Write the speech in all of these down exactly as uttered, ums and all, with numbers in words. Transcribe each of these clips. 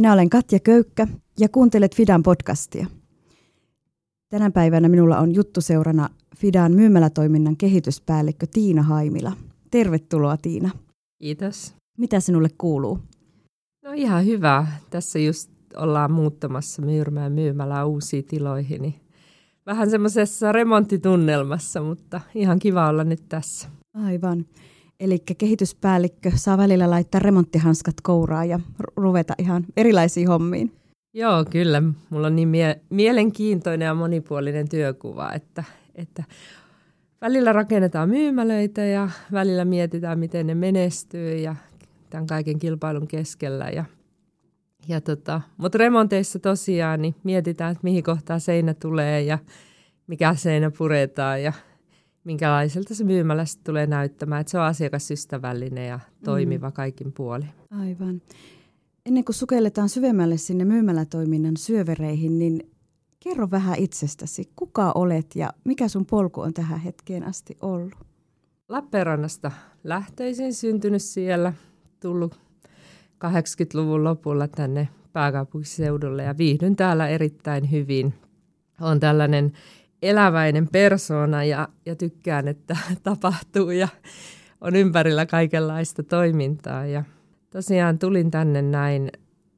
Minä olen Katja Köykkä ja kuuntelet Fidan podcastia. Tänä päivänä minulla on juttuseurana Fidan myymälätoiminnan kehityspäällikkö Tiina Haimila. Tervetuloa, Tiina. Kiitos. Mitä sinulle kuuluu? No ihan hyvä. Tässä just ollaan muuttamassa Myyrmään myymälää uusiin tiloihin. Niin vähän semmoisessa remonttitunnelmassa, mutta ihan kiva olla nyt tässä. Aivan. Eli kehityspäällikkö saa välillä laittaa remonttihanskat kouraan ja ruveta ihan erilaisiin hommiin. Joo, kyllä. Mulla on niin mie- mielenkiintoinen ja monipuolinen työkuva, että, että välillä rakennetaan myymälöitä ja välillä mietitään, miten ne menestyy ja tämän kaiken kilpailun keskellä. Ja, ja tota, mutta remonteissa tosiaan niin mietitään, että mihin kohtaan seinä tulee ja mikä seinä puretaan ja minkälaiselta se myymälä tulee näyttämään. Että se on asiakasystävällinen ja toimiva mm. kaikin puolin. Aivan. Ennen kuin sukelletaan syvemmälle sinne myymälätoiminnan syövereihin, niin kerro vähän itsestäsi. Kuka olet ja mikä sun polku on tähän hetkeen asti ollut? Lappeenrannasta lähtöisin, syntynyt siellä, tullut kahdeksankymmentäluvun lopulla tänne pääkaupunkiseudulle ja viihdyn täällä erittäin hyvin. Olen tällainen eläväinen persoona ja, ja tykkään, että tapahtuu ja on ympärillä kaikenlaista toimintaa. Ja tosiaan tulin tänne näin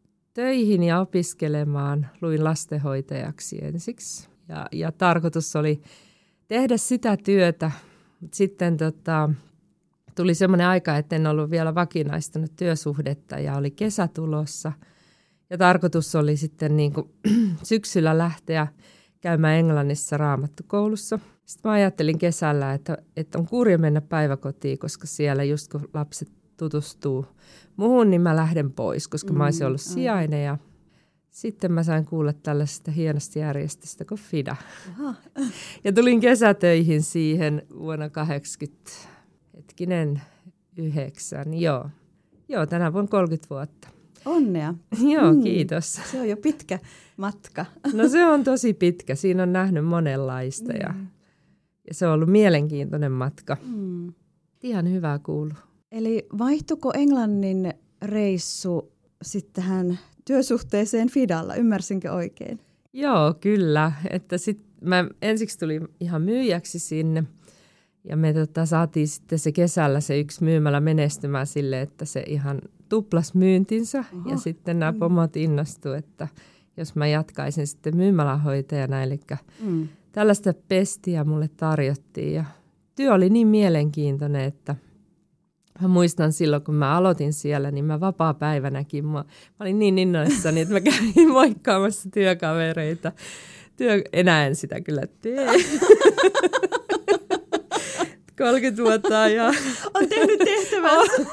töihin ja opiskelemaan, luin lastenhoitajaksi ensiksi ja, ja tarkoitus oli tehdä sitä työtä, mutta sitten tota, tuli semmoinen aika, että en ollut vielä vakinaistunut työsuhdetta ja oli kesä tulossa ja tarkoitus oli sitten niin kuin syksyllä lähteä käymään Englannissa raamattukoulussa. Sitten mä ajattelin kesällä, että, että on kurja mennä päiväkotiin, koska siellä just kun lapset tutustuu muuhun, niin mä lähden pois, koska mm, mä olisin ollut sijainen. Ja sitten mä sain kuulla tällaisesta hienosta järjestöstä kuin Fida. Aha. Ja tulin kesätöihin siihen vuonna kahdeksankymmentä, hetkinen, yhdeksän. Joo, Joo tänä vuonna kolmekymmentä vuotta. Onnea. Joo, mm, kiitos. Se on jo pitkä matka. No se on tosi pitkä. Siinä on nähnyt monenlaista mm. ja, ja se on ollut mielenkiintoinen matka. Mm. Ihan hyvää kuuluu. Eli vaihtuiko Englannin reissu sitten tähän työsuhteeseen Fidalla? Ymmärsinkö oikein? Joo, kyllä. Että sit mä ensiksi tulin ihan myyjäksi sinne ja me tota, saatiin sitten se kesällä se yksi myymälä menestymään sille, että se ihan tuplas myyntinsä. Oho. Ja sitten nämä pomot innostuivat, että jos mä jatkaisin sitten myymälähoitajana, eli mm. tällaista pestiä mulle tarjottiin ja työ oli niin mielenkiintoinen, että mä muistan silloin, kun mä aloitin siellä, niin mä vapaa-päivänäkin, mä, mä olin niin innoissani, että mä kävin moikkaamassa työkavereita. Työ, enää en sitä kyllä tee. kolmekymmentä vuotta ja on tehnyt tehtävänsä.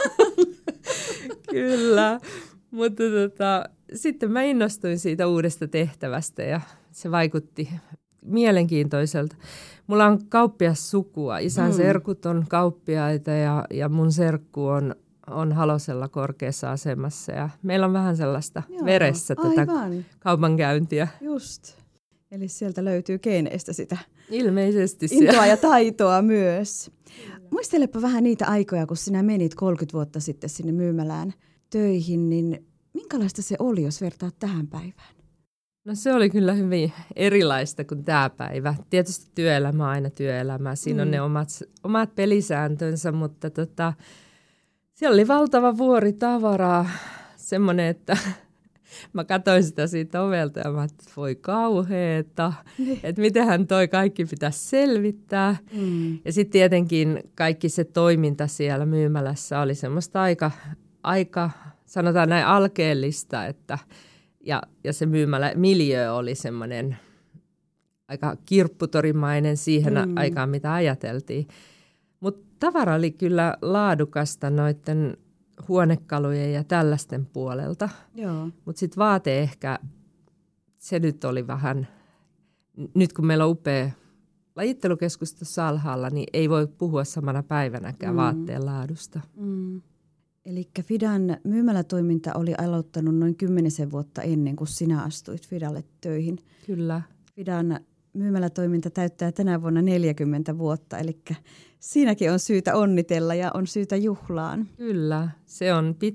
Kyllä, mutta tota, sitten mä innostuin siitä uudesta tehtävästä ja se vaikutti mielenkiintoiselta. Mulla on kauppias sukua. Isän mm. serkut on kauppiaita ja, ja mun serkku on, on Halosella korkeassa asemassa. Ja meillä on vähän sellaista Joo, veressä tätä aivan. kaupankäyntiä. Just. Eli sieltä löytyy geeneistä sitä ilmeisesti intoa ja taitoa myös. Muistelepa vähän niitä aikoja, kun sinä menit kolmekymmentä vuotta sitten sinne myymälään töihin, niin minkälaista se oli, jos vertaat tähän päivään? No se oli kyllä hyvin erilaista kuin tämä päivä. Tietysti työelämä on aina työelämää. Siinä mm. on ne omat, omat pelisääntönsä, mutta tota, siellä oli valtava vuori tavaraa. Semmoinen, että mä katsoin sitä siitä ovelta ja mä ajattelin, että voi kauheeta. Että mitenhän toi kaikki pitäisi selvittää. Mm. Ja sitten tietenkin kaikki se toiminta siellä myymälässä oli semmoista aika, aika sanotaan näin alkeellista, että Ja, ja se myymälä miljöö oli semmoinen aika kirpputorimainen siihen mm. aikaan, mitä ajateltiin. Mutta tavara oli kyllä laadukasta noiden huonekalujen ja tällaisten puolelta. Mutta sitten vaate ehkä, se nyt oli vähän, nyt kun meillä on upea lajittelukeskus tuossa alhaalla, niin ei voi puhua samana päivänäkään mm. vaatteen laadusta. Mm. Eli Fidan myymälätoiminta oli aloittanut noin kymmenisen vuotta ennen kuin sinä astuit Fidalle töihin. Kyllä. Fidan myymälätoiminta täyttää tänä vuonna neljäkymmentä vuotta, eli siinäkin on syytä onnitella ja on syytä juhlaan. Kyllä, se on pitkä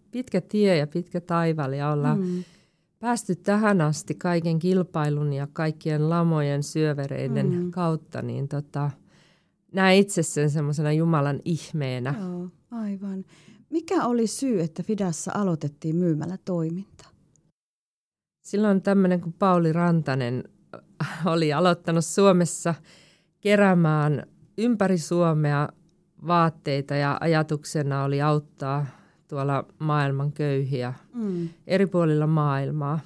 pitkä tie ja pitkä taival ja ollaan mm. päästy tähän asti kaiken kilpailun ja kaikkien lamojen syövereiden mm. kautta, niin tota, näen itse sen semmoisena Jumalan ihmeenä. Joo, aivan. Mikä oli syy, että Fidassa aloitettiin myymälätoiminta? Silloin tämmöinen kuin Pauli Rantanen oli aloittanut Suomessa keräämään ympäri Suomea vaatteita ja ajatuksena oli auttaa tuolla maailman köyhiä mm. eri puolilla maailmaa.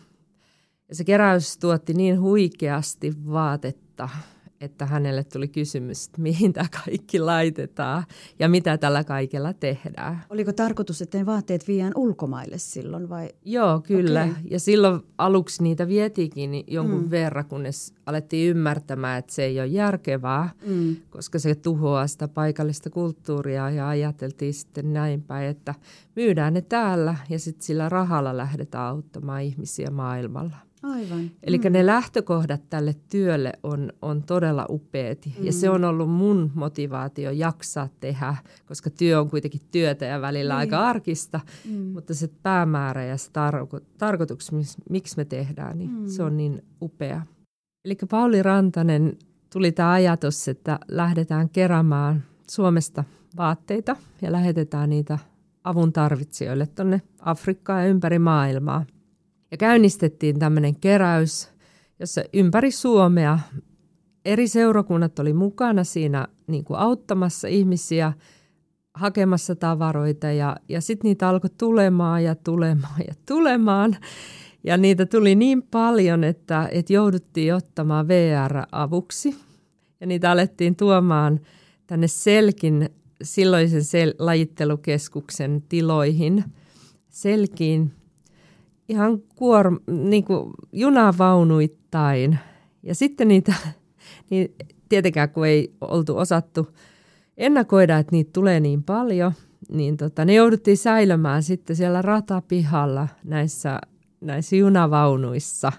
Ja se keräys tuotti niin huikeasti vaatetta, että hänelle tuli kysymys, että mihin tämä kaikki laitetaan ja mitä tällä kaikella tehdään. Oliko tarkoitus, että ne vaatteet viedään ulkomaille silloin vai? Joo, kyllä. Okay. Ja silloin aluksi niitä vietiinkin jonkun mm. verran, kunnes alettiin ymmärtämään, että se ei ole järkevää, mm. koska se tuhoaa sitä paikallista kulttuuria ja ajateltiin sitten näin päin, että myydään ne täällä ja sitten sillä rahalla lähdetään auttamaan ihmisiä maailmalla. Aivan. Eli mm. ne lähtökohdat tälle työlle on, on todella upeat mm. ja se on ollut mun motivaatio jaksaa tehdä, koska työ on kuitenkin työtä ja välillä mm. aika arkista, mm. mutta se päämäärä ja se tarko- tarkoitus, mis, miksi me tehdään, niin mm. se on niin upea. Eli Pauli Rantanen tuli tämä ajatus, että lähdetään keräämään Suomesta vaatteita ja lähetetään niitä avun tarvitsijoille tuonne Afrikkaan ja ympäri maailmaa. Ja käynnistettiin tämmöinen keräys, jossa ympäri Suomea eri seurakunnat oli mukana siinä niin kuin auttamassa ihmisiä, hakemassa tavaroita ja, ja sitten niitä alkoi tulemaan ja tulemaan ja tulemaan. Ja niitä tuli niin paljon, että, että jouduttiin ottamaan V R-avuksi ja niitä alettiin tuomaan tänne Selkin, silloisen sel- lajittelukeskuksen tiloihin, Selkiin. Ihan kuor, niin kuin junavaunuittain. Ja sitten niitä, niin tietenkään kun ei oltu osattu ennakoida, että niitä tulee niin paljon, niin tota, ne jouduttiin säilömään sitten siellä ratapihalla näissä, näissä junavaunuissa.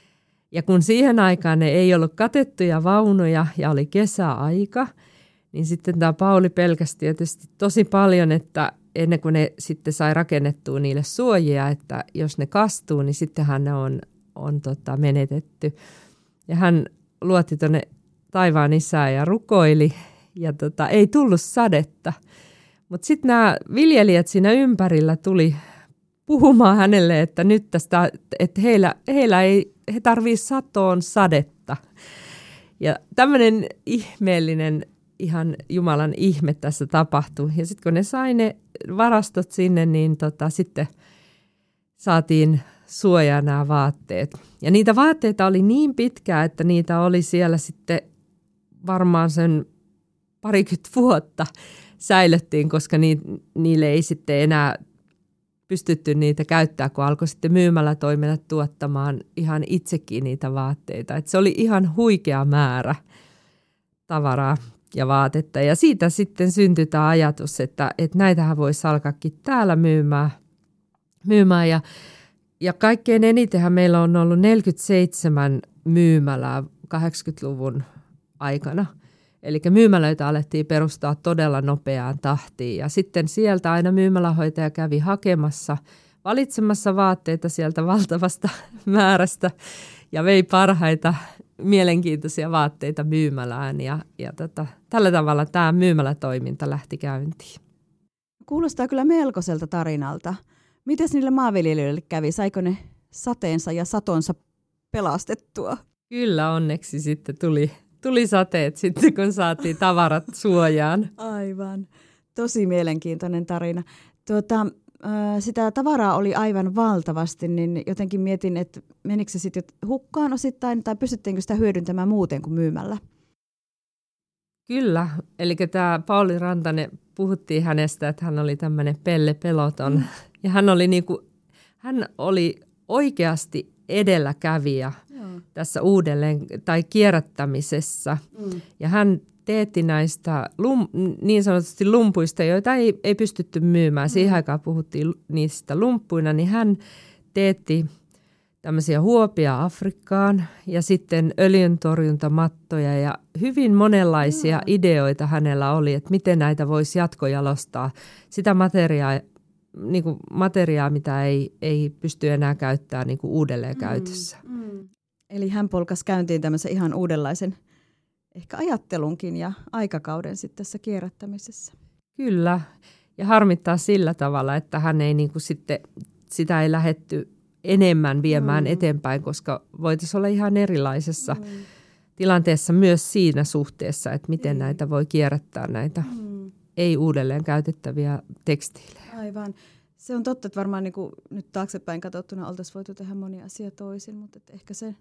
Ja kun siihen aikaan ne ei ollut katettuja vaunuja ja oli kesäaika, niin sitten tämä Pauli pelkäsi tietysti tosi paljon, että ennen kuin ne sitten sai rakennettua niille suojia, että jos ne kastuu, niin sittenhän ne on, on tota menetetty. Ja hän luotti tuonne taivaan isään ja rukoili, ja tota, ei tullut sadetta. Mutta sitten nämä viljelijät siinä ympärillä tuli puhumaan hänelle, että nyt tästä, että heillä, heillä ei, he tarvitsevat satoon sadetta. Ja tämmöinen ihmeellinen ihan Jumalan ihme tässä tapahtui. Ja sitten kun ne sai ne varastot sinne, niin tota, sitten saatiin suojaa nämä vaatteet. Ja niitä vaatteita oli niin pitkää, että niitä oli siellä sitten varmaan sen parikymmentä vuotta säilyttiin, koska ni, niille ei sitten enää pystytty niitä käyttää, kun alkoi sitten myymälätoiminnat tuottamaan ihan itsekin niitä vaatteita. Et se oli ihan huikea määrä tavaraa ja vaatetta. Ja siitä sitten syntyi tämä ajatus, että, että näitähän voisi alkaakin täällä myymään. myymään. Ja, ja kaikkein enitenhän meillä on ollut neljäkymmentäseitsemän myymälää kahdeksankymmentäluvun aikana. Eli myymälöitä alettiin perustaa todella nopeaan tahtiin. Ja sitten sieltä aina myymälähoitaja kävi hakemassa, valitsemassa vaatteita sieltä valtavasta määrästä ja vei parhaita mielenkiintoisia vaatteita myymälään. Ja, ja tota, tällä tavalla tämä myymälätoiminta lähti käyntiin. Kuulostaa kyllä melkoiselta tarinalta. Mites niille maanviljelijöille kävi? Saiko ne sateensa ja satonsa pelastettua? Kyllä, onneksi sitten tuli, tuli sateet sitten, kun saatiin tavarat suojaan. Aivan. Tosi mielenkiintoinen tarina. Tuota, sitä tavaraa oli aivan valtavasti, niin jotenkin mietin, että menikö se sitten hukkaan osittain, tai pystyttiinkö sitä hyödyntämään muuten kuin myymällä? Kyllä, eli tämä Pauli Rantanen, puhuttiin hänestä, että hän oli tämmöinen Pelle Peloton, mm. ja hän oli, niinku, hän oli oikeasti edelläkävijä Joo. tässä uudelleen tai kierrättämisessä, mm. ja hän teetti näistä lum, niin sanotusti lumpuista, joita ei, ei pystytty myymään. Siihen mm. aikaan puhuttiin niistä lumppuina, niin hän teetti tämmöisiä huopia Afrikkaan ja sitten öljyntorjuntamattoja ja hyvin monenlaisia mm. ideoita hänellä oli, että miten näitä voisi jatkojalostaa. Sitä materiaalia, niin kuin materiaa, mitä ei, ei pysty enää käyttämään niin kuin uudelleen käytössä. Mm, mm. Eli hän polkas käyntiin tämmöisen ihan uudenlaisen ehkä ajattelunkin ja aikakauden sitten tässä kierrättämisessä. Kyllä, ja harmittaa sillä tavalla, että hän ei niin kuin sitten, sitä ei lähdetty enemmän viemään mm. eteenpäin, koska voitaisiin olla ihan erilaisessa mm. tilanteessa myös siinä suhteessa, että miten mm. näitä voi kierrättää näitä mm. ei uudelleen käytettäviä tekstiilejä. Aivan. Se on totta, että varmaan niin kuin nyt taaksepäin katsottuna oltaisiin voitu tehdä monia asioita toisin, mutta että ehkä se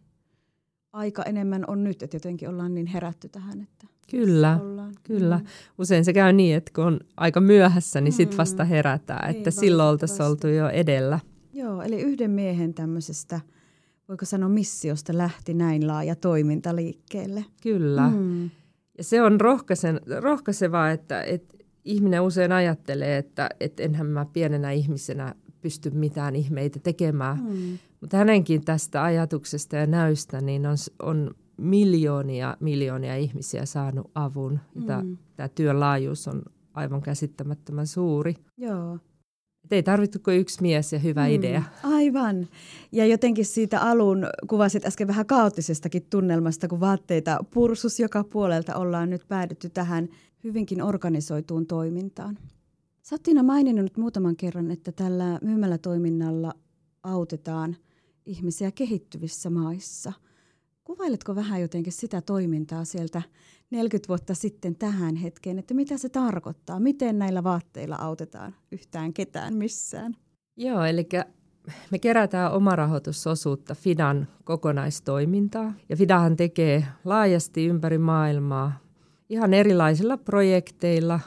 aika enemmän on nyt, että jotenkin ollaan niin herätty tähän, että Kyllä, kyllä. Mm. Usein se käy niin, että kun on aika myöhässä, niin mm. sitten vasta herätään, että niin, silloin oltaisiin oltu jo edellä. Joo, eli yhden miehen tämmöisestä, voiko sanoa missiosta, lähti näin laaja toiminta liikkeelle. Kyllä. Mm. Ja se on rohkaisen, rohkaisevaa, että, että ihminen usein ajattelee, että, että enhän mä pienenä ihmisenä pysty mitään ihmeitä tekemään. Mm. Mutta hänenkin tästä ajatuksesta ja näystä niin on, on miljoonia, miljoonia ihmisiä saanut avun. Mm. Tämä työn laajuus on aivan käsittämättömän suuri. Joo. Et ei tarvittu kuin yksi mies ja hyvä mm. idea. Aivan. Ja jotenkin siitä alun kuvasit äsken vähän kaoottisestakin tunnelmasta, kun vaatteita pursus joka puolelta, ollaan nyt päädytty tähän hyvinkin organisoituun toimintaan. Sä oot, Tiina, maininnut nyt muutaman kerran, että tällä myymälätoiminnalla autetaan ihmisiä kehittyvissä maissa. Kuvailetko vähän jotenkin sitä toimintaa sieltä neljäkymmentä vuotta sitten tähän hetkeen, että mitä se tarkoittaa? Miten näillä vaatteilla autetaan yhtään ketään missään? Joo, eli me kerätään omarahoitusosuutta Fidan kokonaistoimintaa. Ja Fidahan tekee laajasti ympäri maailmaa ihan erilaisilla projekteilla,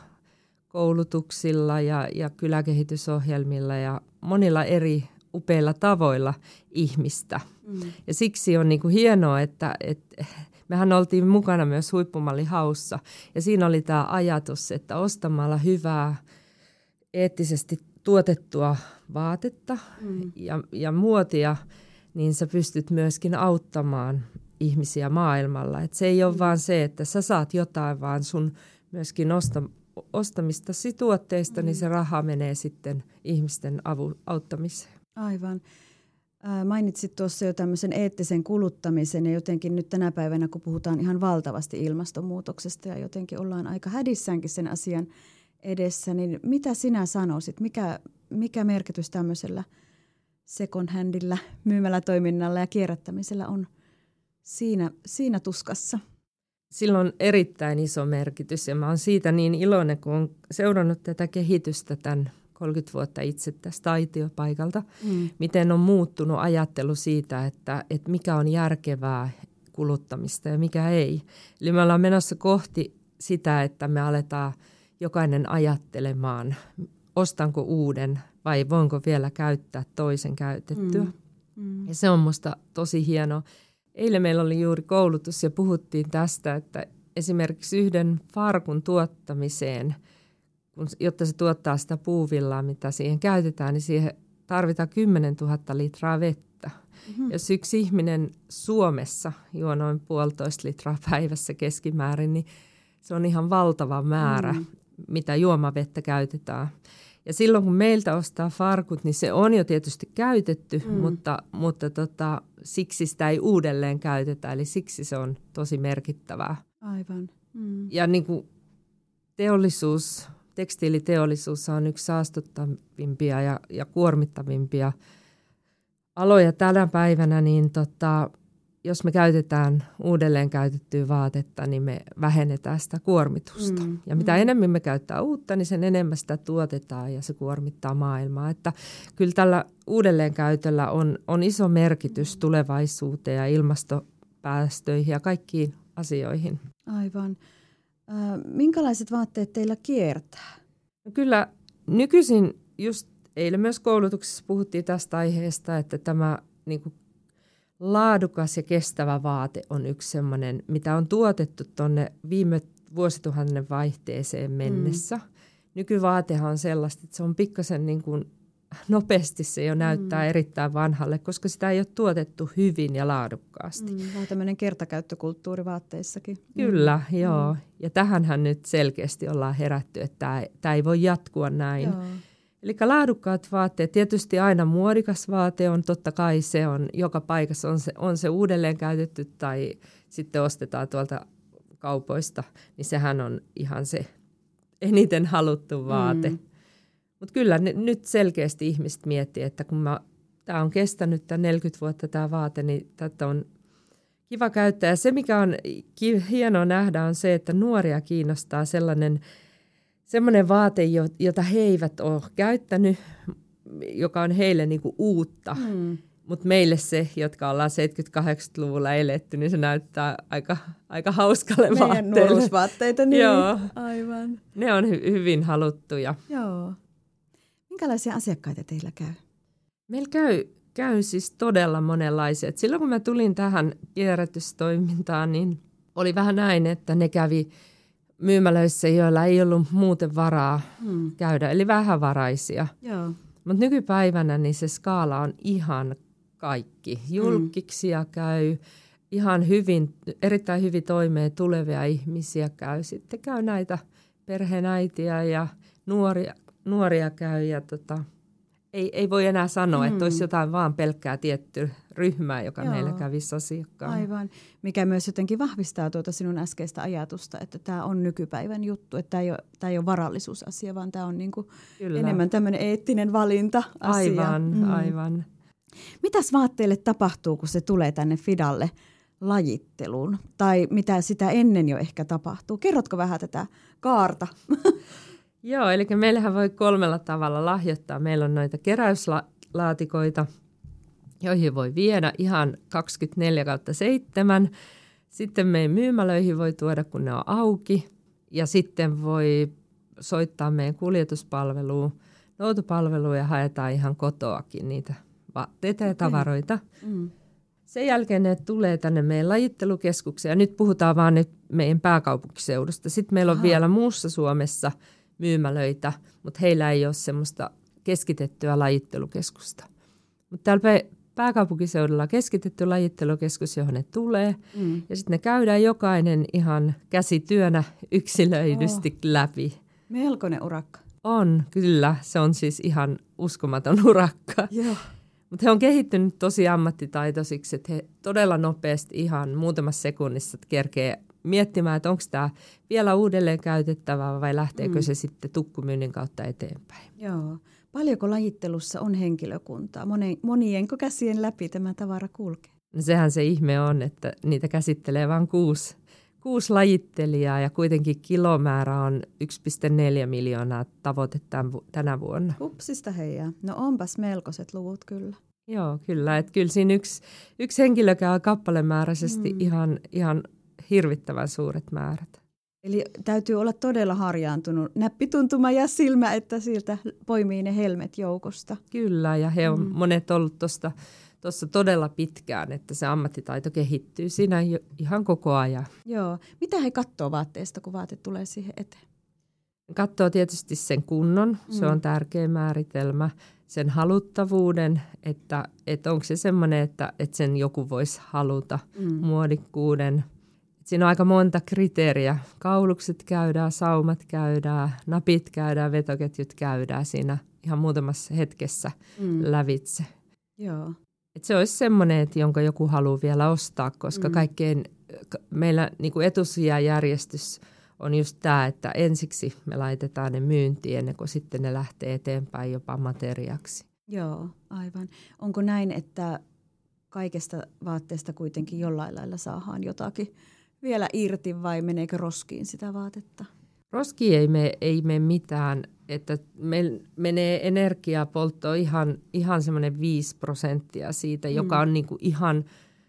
koulutuksilla ja, ja kyläkehitysohjelmilla ja monilla eri upeilla tavoilla ihmistä. Mm. Ja siksi on niin kuin hienoa, että, että mehän oltiin mukana myös Huippumallihaussa. Ja siinä oli tämä ajatus, että ostamalla hyvää, eettisesti tuotettua vaatetta mm. ja, ja muotia, niin sä pystyt myöskin auttamaan ihmisiä maailmalla. Et se ei ole mm. vaan se, että sä saat jotain, vaan sun myöskin osta, ostamistasi tuotteista, mm. niin se raha menee sitten ihmisten avun auttamiseen. Aivan. Ää, mainitsit tuossa jo tämmöisen eettisen kuluttamisen ja jotenkin nyt tänä päivänä, kun puhutaan ihan valtavasti ilmastonmuutoksesta ja jotenkin ollaan aika hädissäänkin sen asian edessä, niin mitä sinä sanoisit? Mikä, mikä merkitys tämmöisellä second handilla, myymälätoiminnalla ja kierrättämisellä on siinä, siinä tuskassa? Sillä on erittäin iso merkitys ja mä oon siitä niin iloinen, kun olen seurannut tätä kehitystä tämän kolmekymmentä vuotta itse tästä aitiopaikalta, mm. miten on muuttunut ajattelu siitä, että, että mikä on järkevää kuluttamista ja mikä ei. Eli me ollaan menossa kohti sitä, että me aletaan jokainen ajattelemaan, ostanko uuden vai voinko vielä käyttää toisen käytettyä. Mm. Mm. Ja se on musta tosi hienoa. Eilen meillä oli juuri koulutus ja puhuttiin tästä, että esimerkiksi yhden farkun tuottamiseen, jotta se tuottaa sitä puuvillaa, mitä siihen käytetään, niin siihen tarvitaan kymmenen tuhatta litraa vettä. Mm-hmm. Jos yksi ihminen Suomessa juo noin puolitoista litraa päivässä keskimäärin, niin se on ihan valtava määrä, mm. mitä juomavettä käytetään. Ja silloin kun meiltä ostaa farkut, niin se on jo tietysti käytetty, mm. mutta, mutta tota, siksi sitä ei uudelleen käytetä, eli siksi se on tosi merkittävää. Aivan. Mm. Ja niin kuin teollisuus, tekstiiliteollisuus on yksi saastuttavimpia ja, ja kuormittavimpia aloja tänä päivänä, niin tota, jos me käytetään uudelleen käytettyä vaatetta, niin me vähennetään sitä kuormitusta. Mm, ja mitä mm. enemmän me käyttää uutta, niin sen enemmän sitä tuotetaan ja se kuormittaa maailmaa. Että kyllä tällä uudelleenkäytöllä on, on iso merkitys tulevaisuuteen ja ilmastopäästöihin ja kaikkiin asioihin. Aivan. Äh, minkälaiset vaatteet teillä kiertää? No kyllä nykyisin, just eilen myös koulutuksessa puhuttiin tästä aiheesta, että tämä niin kuin laadukas ja kestävä vaate on yksi sellainen, mitä on tuotettu tuonne viime vuosituhannen vaihteeseen mennessä. Mm. Nykyvaatehan on sellaista, että se on pikkasen niin kuin nopeasti se jo näyttää mm. erittäin vanhalle, koska sitä ei ole tuotettu hyvin ja laadukkaasti. Mm, vaan tämmöinen kertakäyttökulttuuri vaatteissakin. Kyllä, mm. joo. Mm. Ja tähänhän nyt selkeästi ollaan herätty, että tämä ei voi jatkua näin. Joo. Eli laadukkaat vaatteet, tietysti aina muodikas vaate on, totta kai se on, joka paikassa on se, on se uudelleen käytetty tai sitten ostetaan tuolta kaupoista, niin sehän on ihan se eniten haluttu vaate. Mm. Mutta kyllä ne, nyt selkeästi ihmiset miettii, että kun tämä on kestänyt tämän neljäkymmentä vuotta tämä vaate, niin tätä on kiva käyttää. Ja se, mikä on ki- hienoa nähdä, on se, että nuoria kiinnostaa sellainen semmoinen vaate, jota he eivät ole käyttänyt, joka on heille niinku uutta. Mm. Mutta meille se, jotka ollaan seitsemänkymmentä-kahdeksankymmentäluvulla eletty, niin se näyttää aika, aika hauskalle Meidän vaatteelle. Meidän nuoruusvaatteita, niin Joo. Aivan. Ne on hy- hyvin haluttuja. Joo. Minkälaisia asiakkaita teillä käy? Meillä käy, käy siis todella monenlaisia. Et silloin kun mä tulin tähän kierrätystoimintaan, niin oli vähän näin, että ne kävi myymälöissä, joilla ei ollut muuten varaa hmm. käydä, eli vähävaraisia. Mutta nykypäivänä niin se skaala on ihan kaikki. Julkkiksia hmm. käy, ihan hyvin, erittäin hyvin toimeen tulevia ihmisiä käy. Sitten käy näitä perheenäitiä ja nuoria, nuoria käy. Ja tota, ei, ei voi enää sanoa, hmm. että olisi jotain vaan pelkkää tiettyä ryhmää, joka Joo. meillä kävisi asiakkaana. Aivan. Mikä myös jotenkin vahvistaa tuota sinun äskeistä ajatusta, että tämä on nykypäivän juttu. Että tämä ei ole, tämä ei ole varallisuusasia, vaan tämä on niin kuin enemmän tämmöinen eettinen valinta-asia. Aivan, mm. aivan. Mitäs vaatteille tapahtuu, kun se tulee tänne Fidalle lajitteluun? Tai mitä sitä ennen jo ehkä tapahtuu? Kerrotko vähän tätä kaarta? Joo, eli meillähän voi kolmella tavalla lahjoittaa. Meillä on noita keräyslaatikoita, joihin voi viedä ihan kaksikymmentäneljä kautta seitsemän. Sitten meidän myymälöihin voi tuoda, kun ne on auki. Ja sitten voi soittaa meidän kuljetuspalveluun, noutopalveluun ja haetaan ihan kotoakin niitä vaatteita ja tavaroita. Mm. Sen jälkeen ne tulee tänne meidän lajittelukeskukseen. Ja nyt puhutaan vaan nyt meidän pääkaupunkiseudusta. Sitten meillä on Aha. vielä muussa Suomessa myymälöitä, mutta heillä ei ole semmoista keskitettyä lajittelukeskusta. Mutta täällä pääkaupunkiseudulla on keskitetty lajittelukeskus, johon ne tulee. Mm. Ja sitten ne käydään jokainen ihan käsityönä yksilöidysti oh. läpi. Melkoinen urakka. On, kyllä. Se on siis ihan uskomaton urakka. Joo. Mutta he on kehittynyt tosi ammattitaitoisiksi, että he todella nopeasti ihan muutamassa sekunnissa kerkee miettimään, että onko tämä vielä uudelleen käytettävää vai lähteekö mm. se sitten tukkumyynnin kautta eteenpäin. Joo. Paljonko lajittelussa on henkilökuntaa? Monen, monienko käsien läpi tämä tavara kulkee? No sehän se ihme on, että niitä käsittelee vain kuusi, kuusi lajittelijaa ja kuitenkin kilomäärä on yksi pilkku neljä miljoonaa tavoite tänä vuonna. Hupsista heijaa. No onpas melkoiset luvut kyllä. Joo, kyllä. Että kyllä siinä yksi, yksi henkilö käy kappalemääräisesti mm. ihan, ihan hirvittävän suuret määrät. Eli täytyy olla todella harjaantunut näppituntuma ja silmä, että sieltä poimii ne helmet joukosta. Kyllä, ja he on mm. monet ollut tuossa todella pitkään, että se ammattitaito kehittyy siinä jo, ihan koko ajan. Joo. Mitä he katsoo vaatteesta, kun vaate tulee siihen eteen? Katsoo tietysti sen kunnon, mm. se on tärkeä määritelmä. Sen haluttavuuden, että, että onko se semmoinen, että, että sen joku voisi haluta, mm. muodikkuuden. Siinä on aika monta kriteeriä. Kaulukset käydään, saumat käydään, napit käydään, vetoketjut käydään siinä ihan muutamassa hetkessä mm. lävitse. Joo. Et se olisi semmoinen, että jonka joku haluaa vielä ostaa, koska mm. kaikkein meillä niin kuin etusijajärjestys on just tämä, että ensiksi me laitetaan ne myyntiin ennen kuin sitten ne lähtee eteenpäin jopa materiaksi. Joo, aivan. Onko näin, että kaikesta vaatteesta kuitenkin jollain lailla saadaan jotakin vielä irti vai meneekö roskiin sitä vaatetta? Roskiin ei mene, ei mene mitään, että me menee energiapolttoon ihan, ihan semmoinen viisi prosenttia siitä, mm. joka on niinku ihan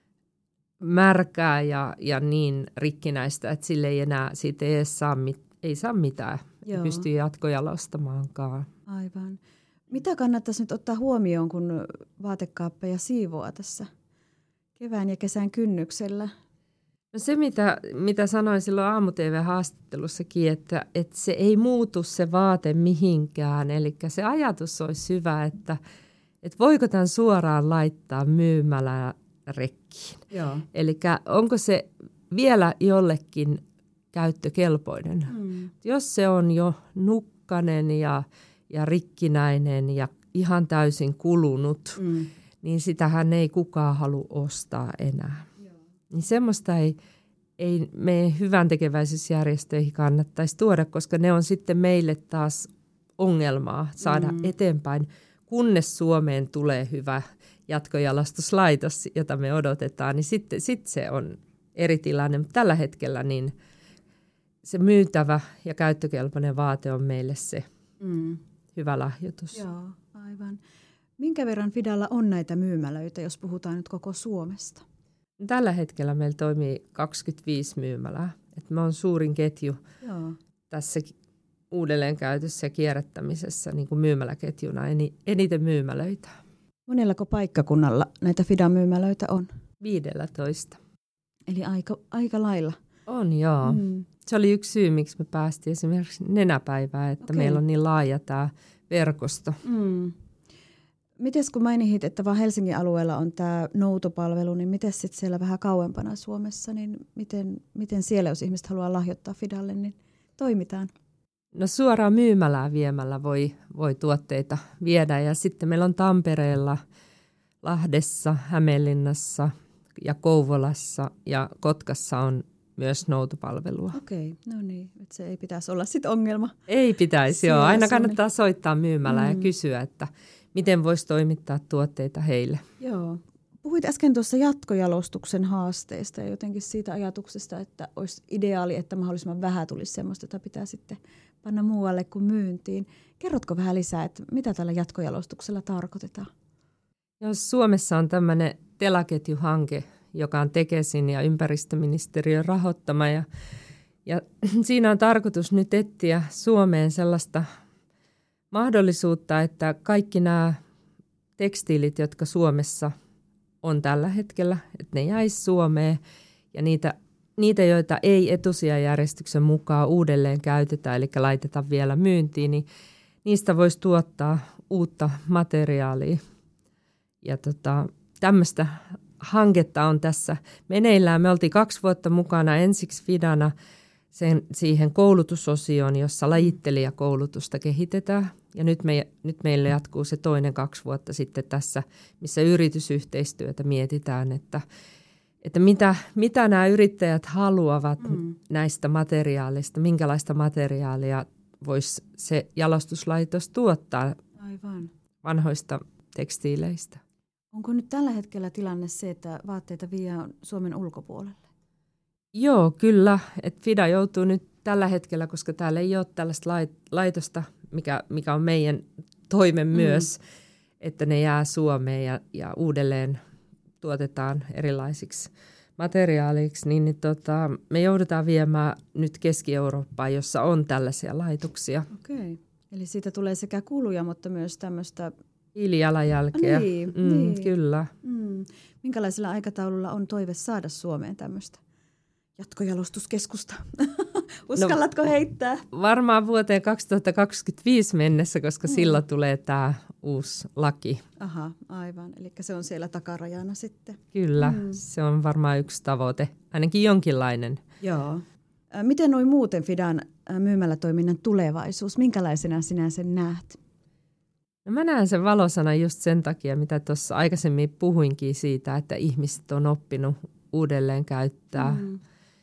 märkää ja, ja niin rikkinäistä, että sille ei enää, siitä ei saa, mit, ei saa mitään. Joo. Ei pysty jatkojalostamaankaan. Aivan. Mitä kannattaisi nyt ottaa huomioon, kun vaatekaappeja siivoaa tässä kevään ja kesän kynnyksellä? No se, mitä, mitä sanoin silloin aamu-T V-haastattelussakin, että, että se ei muutu se vaate mihinkään. Eli se ajatus olisi hyvä, että, että voiko tämän suoraan laittaa myymällä rekkiin. Eli onko se vielä jollekin käyttökelpoinen. Mm. Jos se on jo nukkanen ja, ja rikkinäinen ja ihan täysin kulunut, mm. niin sitähän ei kukaan halua ostaa enää. Joo. Niin semmoista ei, ei meidän hyvän tekeväisyysjärjestöihin kannattaisi tuoda, koska ne on sitten meille taas ongelmaa saada mm. eteenpäin, kunnes Suomeen tulee hyvä jatkojalostuslaitos, jota me odotetaan, niin sitten sit se on eri tilanne. Mutta tällä hetkellä niin se myytävä ja käyttökelpoinen vaate on meille se mm. hyvä lahjoitus. Joo, aivan. Minkä verran Fidalla on näitä myymälöitä, jos puhutaan nyt koko Suomesta? Tällä hetkellä meillä toimii kaksikymmentäviisi myymälää. Et me on suurin ketju Joo. tässä uudelleenkäytössä ja kierrättämisessä niin kuin myymäläketjuna eniten myymälöitä. Monellako paikkakunnalla näitä Fidan myymälöitä on? viisitoista. Eli aika, aika lailla. On, joo. Mm. Se oli yksi syy, miksi me päästiin esimerkiksi nenäpäivään, että okay. meillä on niin laaja tämä verkosto. Mm. Mites kun mainitsit, että vaan Helsingin alueella on tämä noutopalvelu, niin miten sitten siellä vähän kauempana Suomessa, niin miten, miten siellä, jos ihmiset haluaa lahjoittaa Fidalle, niin toimitaan? No suoraan myymälää viemällä voi, voi tuotteita viedä ja sitten meillä on Tampereella, Lahdessa, Hämeenlinnassa ja Kouvolassa ja Kotkassa on myös noutopalvelua. Okei, no niin, että se ei pitäisi olla sitten ongelma. Ei pitäisi, joo. Aina kannattaa soittaa myymälään mm. ja kysyä, että miten voisi toimittaa tuotteita heille. Joo. Puhuit äsken tuossa jatkojalostuksen haasteista ja jotenkin siitä ajatuksesta, että olisi ideaali, että mahdollisimman vähän tulisi semmoista, jota pitää sitten panna muualle kuin myyntiin. Kerrotko vähän lisää, että mitä tällä jatkojalostuksella tarkoitetaan? Jos Suomessa on tämmöinen telaketjuhanke, joka on Tekesin ja ympäristöministeriön rahoittama ja, ja siinä on tarkoitus nyt etsiä Suomeen sellaista mahdollisuutta, että kaikki nämä tekstiilit, jotka Suomessa on tällä hetkellä, että ne jäisi Suomeen ja niitä, niitä joita ei etusijajärjestyksen mukaan uudelleen käytetä, eli laiteta vielä myyntiin, niin niistä voisi tuottaa uutta materiaalia. Ja tota, tämmöistä hanketta on tässä meneillään. Me oltiin kaksi vuotta mukana ensiksi Fidana sen, siihen koulutusosioon, jossa lajittelijakoulutusta kehitetään. Ja nyt, me, nyt meillä jatkuu se toinen kaksi vuotta sitten tässä, missä yritysyhteistyötä mietitään, että, että mitä, mitä nämä yrittäjät haluavat mm. näistä materiaaleista, minkälaista materiaalia voisi se jalostuslaitos tuottaa Aivan. vanhoista tekstiileistä. Onko nyt tällä hetkellä tilanne se, että vaatteita viedään Suomen ulkopuolelle? Joo, kyllä. Et Fida joutuu nyt tällä hetkellä, koska täällä ei ole tällaista laitosta, mikä, mikä on meidän toimen mm. myös, että ne jää Suomeen ja, ja uudelleen tuotetaan erilaisiksi materiaaliksi, niin, niin tota, me joudutaan viemään nyt Keski-Eurooppaan, jossa on tällaisia laitoksia. Okei, eli siitä tulee sekä kuluja, mutta myös tämmöistä hiilijalanjälkeä. Niin, mm, niin. Kyllä. Mm. Minkälaisella aikataululla on toive saada Suomeen tämmöistä jatkojalostuskeskusta? Uskallatko no, heittää? Varmaan vuoteen kaksituhattakaksikymmentäviisi mennessä, koska mm. silloin tulee tämä uusi laki. Aha, aivan. Eli se on siellä takarajana sitten. Kyllä, mm. se on varmaan yksi tavoite, ainakin jonkinlainen. Joo. Miten noin muuten Fidan myymälätoiminnan tulevaisuus? Minkälaisena sinä sen näet? No mä näen sen valosana just sen takia, mitä tuossa aikaisemmin puhuinkin siitä, että ihmiset on oppinut uudelleen käyttää mm.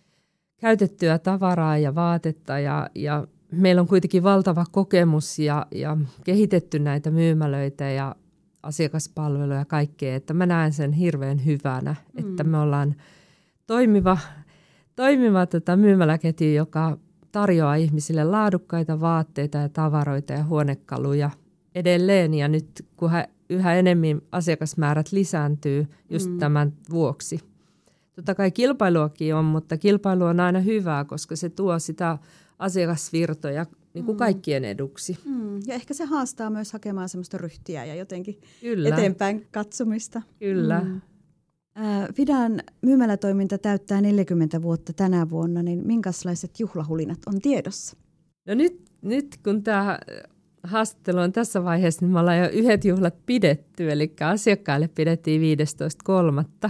käytettyä tavaraa ja vaatetta ja, ja meillä on kuitenkin valtava kokemus ja, ja kehitetty näitä myymälöitä ja asiakaspalveluja ja kaikkea, että mä näen sen hirveän hyvänä, mm. että me ollaan toimiva, toimiva tota myymäläketju, joka tarjoaa ihmisille laadukkaita vaatteita ja tavaroita ja huonekaluja edelleen ja nyt kun yhä enemmän asiakasmäärät lisääntyy just mm. tämän vuoksi. Totta kai kilpailuakin on, mutta kilpailu on aina hyvää, koska se tuo sitä asiakasvirtoja niin kuin mm. kaikkien eduksi. Mm. Ja ehkä se haastaa myös hakemaan semmoista ryhtiä ja jotenkin Kyllä. eteenpäin katsomista. Kyllä. Mm. Äh, Fidan myymälätoiminta täyttää neljäkymmentä vuotta tänä vuonna, niin minkälaiset juhlahulinat on tiedossa? No nyt, nyt kun tämä haastattelu on tässä vaiheessa, niin me ollaan jo yhdet juhlat pidetty, eli asiakkaille pidettiin viidestoista kolmatta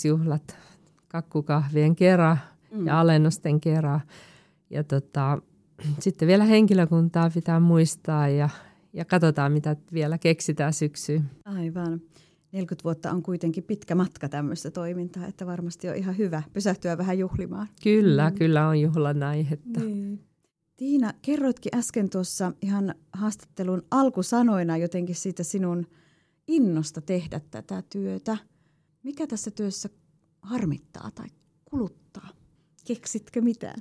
neljäkymmenvuotisjuhlat kakkukahvien kerran mm. ja alennusten kerran. Ja tota, sitten vielä henkilökuntaa pitää muistaa ja, ja katsotaan, mitä vielä keksitään syksyyn. Aivan. neljäkymmentä vuotta on kuitenkin pitkä matka tämmöistä toimintaa, että varmasti on ihan hyvä pysähtyä vähän juhlimaan. Kyllä, mm. kyllä on juhlan aihetta. Niin. Tiina, kerroitkin äsken tuossa ihan haastattelun alkusanoina jotenkin siitä sinun innosta tehdä tätä työtä. Mikä tässä työssä harmittaa tai kuluttaa? Keksitkö mitään?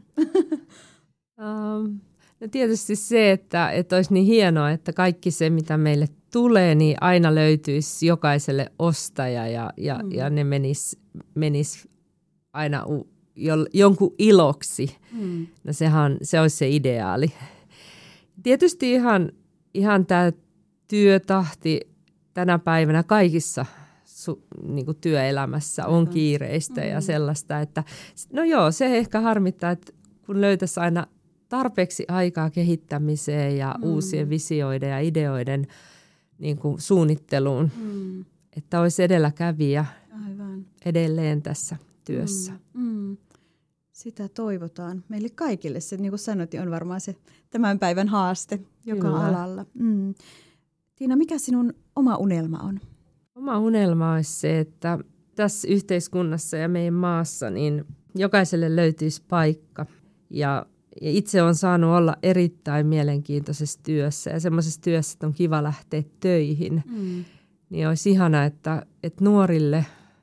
Um, no tietysti se, että, että olisi niin hienoa, että kaikki se, mitä meille tulee, niin aina löytyisi jokaiselle ostaja ja, ja, mm. ja ne menis, menis aina u, jo, jonkun iloksi. Mm. No sehän se olisi se ideaali. Tietysti ihan, ihan tämä työtahti tänä päivänä kaikissa su, niin kuin työelämässä on kiireistä mm. ja sellaista, että no joo, se ehkä harmittaa, että kun löytäisi aina tarpeeksi aikaa kehittämiseen ja mm. uusien visioiden ja ideoiden niin kuin suunnitteluun, mm. että olisi edelläkävijä Aivan. edelleen tässä työssä. Mm. Mm. Sitä toivotaan. Meille kaikille se, niin kuin sanoit, on varmaan se tämän päivän haaste joka Kyllä. alalla. Mm. Tiina, mikä sinun oma unelma on? Oma unelma olisi se, että tässä yhteiskunnassa ja meidän maassa niin jokaiselle löytyisi paikka. Ja, ja itse olen saanut olla erittäin mielenkiintoisessa työssä ja semmoisessa työssä, että on kiva lähteä töihin. Mm. Niin olisi ihana, että, että nuorille,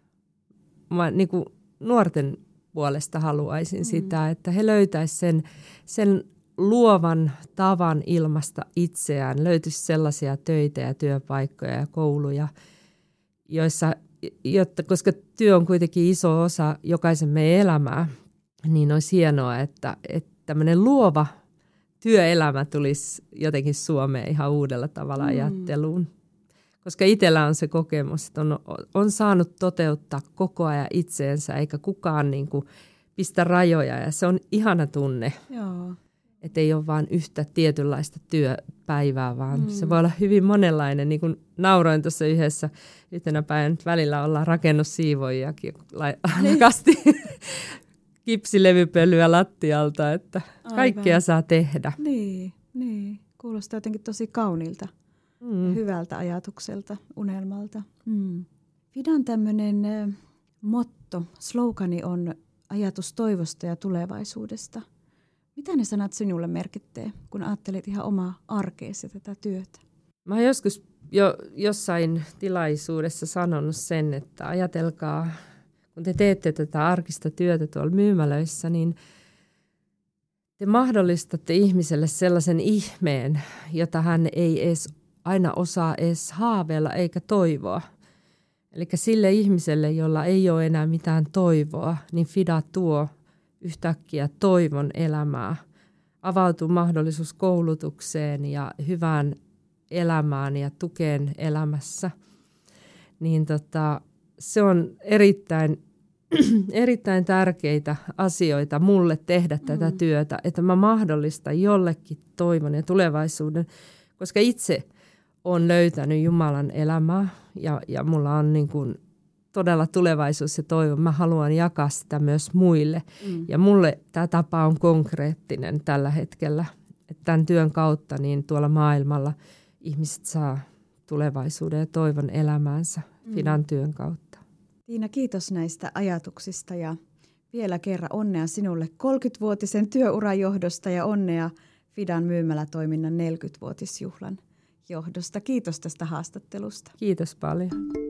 mä, niin kuin nuorten puolesta haluaisin mm. sitä, että he löytäisivät sen, sen luovan tavan ilmaista itseään. Löytyisi sellaisia töitä ja työpaikkoja ja kouluja, joissa, jotta, koska työ on kuitenkin iso osa jokaisen meidän elämää, niin olisi hienoa, että, että tämmöinen luova työelämä tulisi jotenkin Suomeen ihan uudella tavalla ajatteluun. Mm. Koska itsellä on se kokemus, että on, on saanut toteuttaa koko ajan itseensä, eikä kukaan niin kuin pistä rajoja. Ja se on ihana tunne, Joo. että ei ole vain yhtä tietynlaista työpäivää, vaan mm. se voi olla hyvin monenlainen. Niin kuin nauroin tuossa yhdessä yhtenä päivänä, nyt välillä ollaan rakennussiivoijakin, kasti kipsilevypölyä lattialta, että Aivan. kaikkea saa tehdä. Niin, niin, kuulostaa jotenkin tosi kauniilta. Mm. Hyvältä ajatukselta, unelmalta. Mm. Fidan tämmöinen motto, slogani on ajatus toivosta ja tulevaisuudesta. Mitä ne sanat sinulle merkittää, kun ajattelet ihan omaa arkeesi tätä työtä? Mä oon joskus jo jossain tilaisuudessa sanonut sen, että ajatelkaa, kun te teette tätä arkista työtä tuolla myymälöissä, niin te mahdollistatte ihmiselle sellaisen ihmeen, jota hän ei edes aina osaa edes haaveilla eikä toivoa. Eli sille ihmiselle, jolla ei ole enää mitään toivoa, niin Fida tuo yhtäkkiä toivon elämää. Avautuu mahdollisuus koulutukseen ja hyvään elämään ja tukeen elämässä. Niin tota, se on erittäin, erittäin tärkeitä asioita mulle tehdä tätä mm. työtä, että mä mahdollistan jollekin toivon ja tulevaisuuden, koska itse olen löytänyt Jumalan elämää ja, ja mulla on niin kuin todella tulevaisuus ja toivo. Mä haluan jakaa sitä myös muille. Mm. Ja mulle tämä tapa on konkreettinen tällä hetkellä. Että tämän työn kautta niin tuolla maailmalla ihmiset saa tulevaisuuden ja toivon elämäänsä mm. Fidan työn kautta. Tiina, kiitos näistä ajatuksista ja vielä kerran onnea sinulle kolmekymmenvuotisen työuran johdosta ja onnea Fidan myymälätoiminnan neljäkymmenvuotisjuhlan johdosta. Kiitos tästä haastattelusta. Kiitos paljon.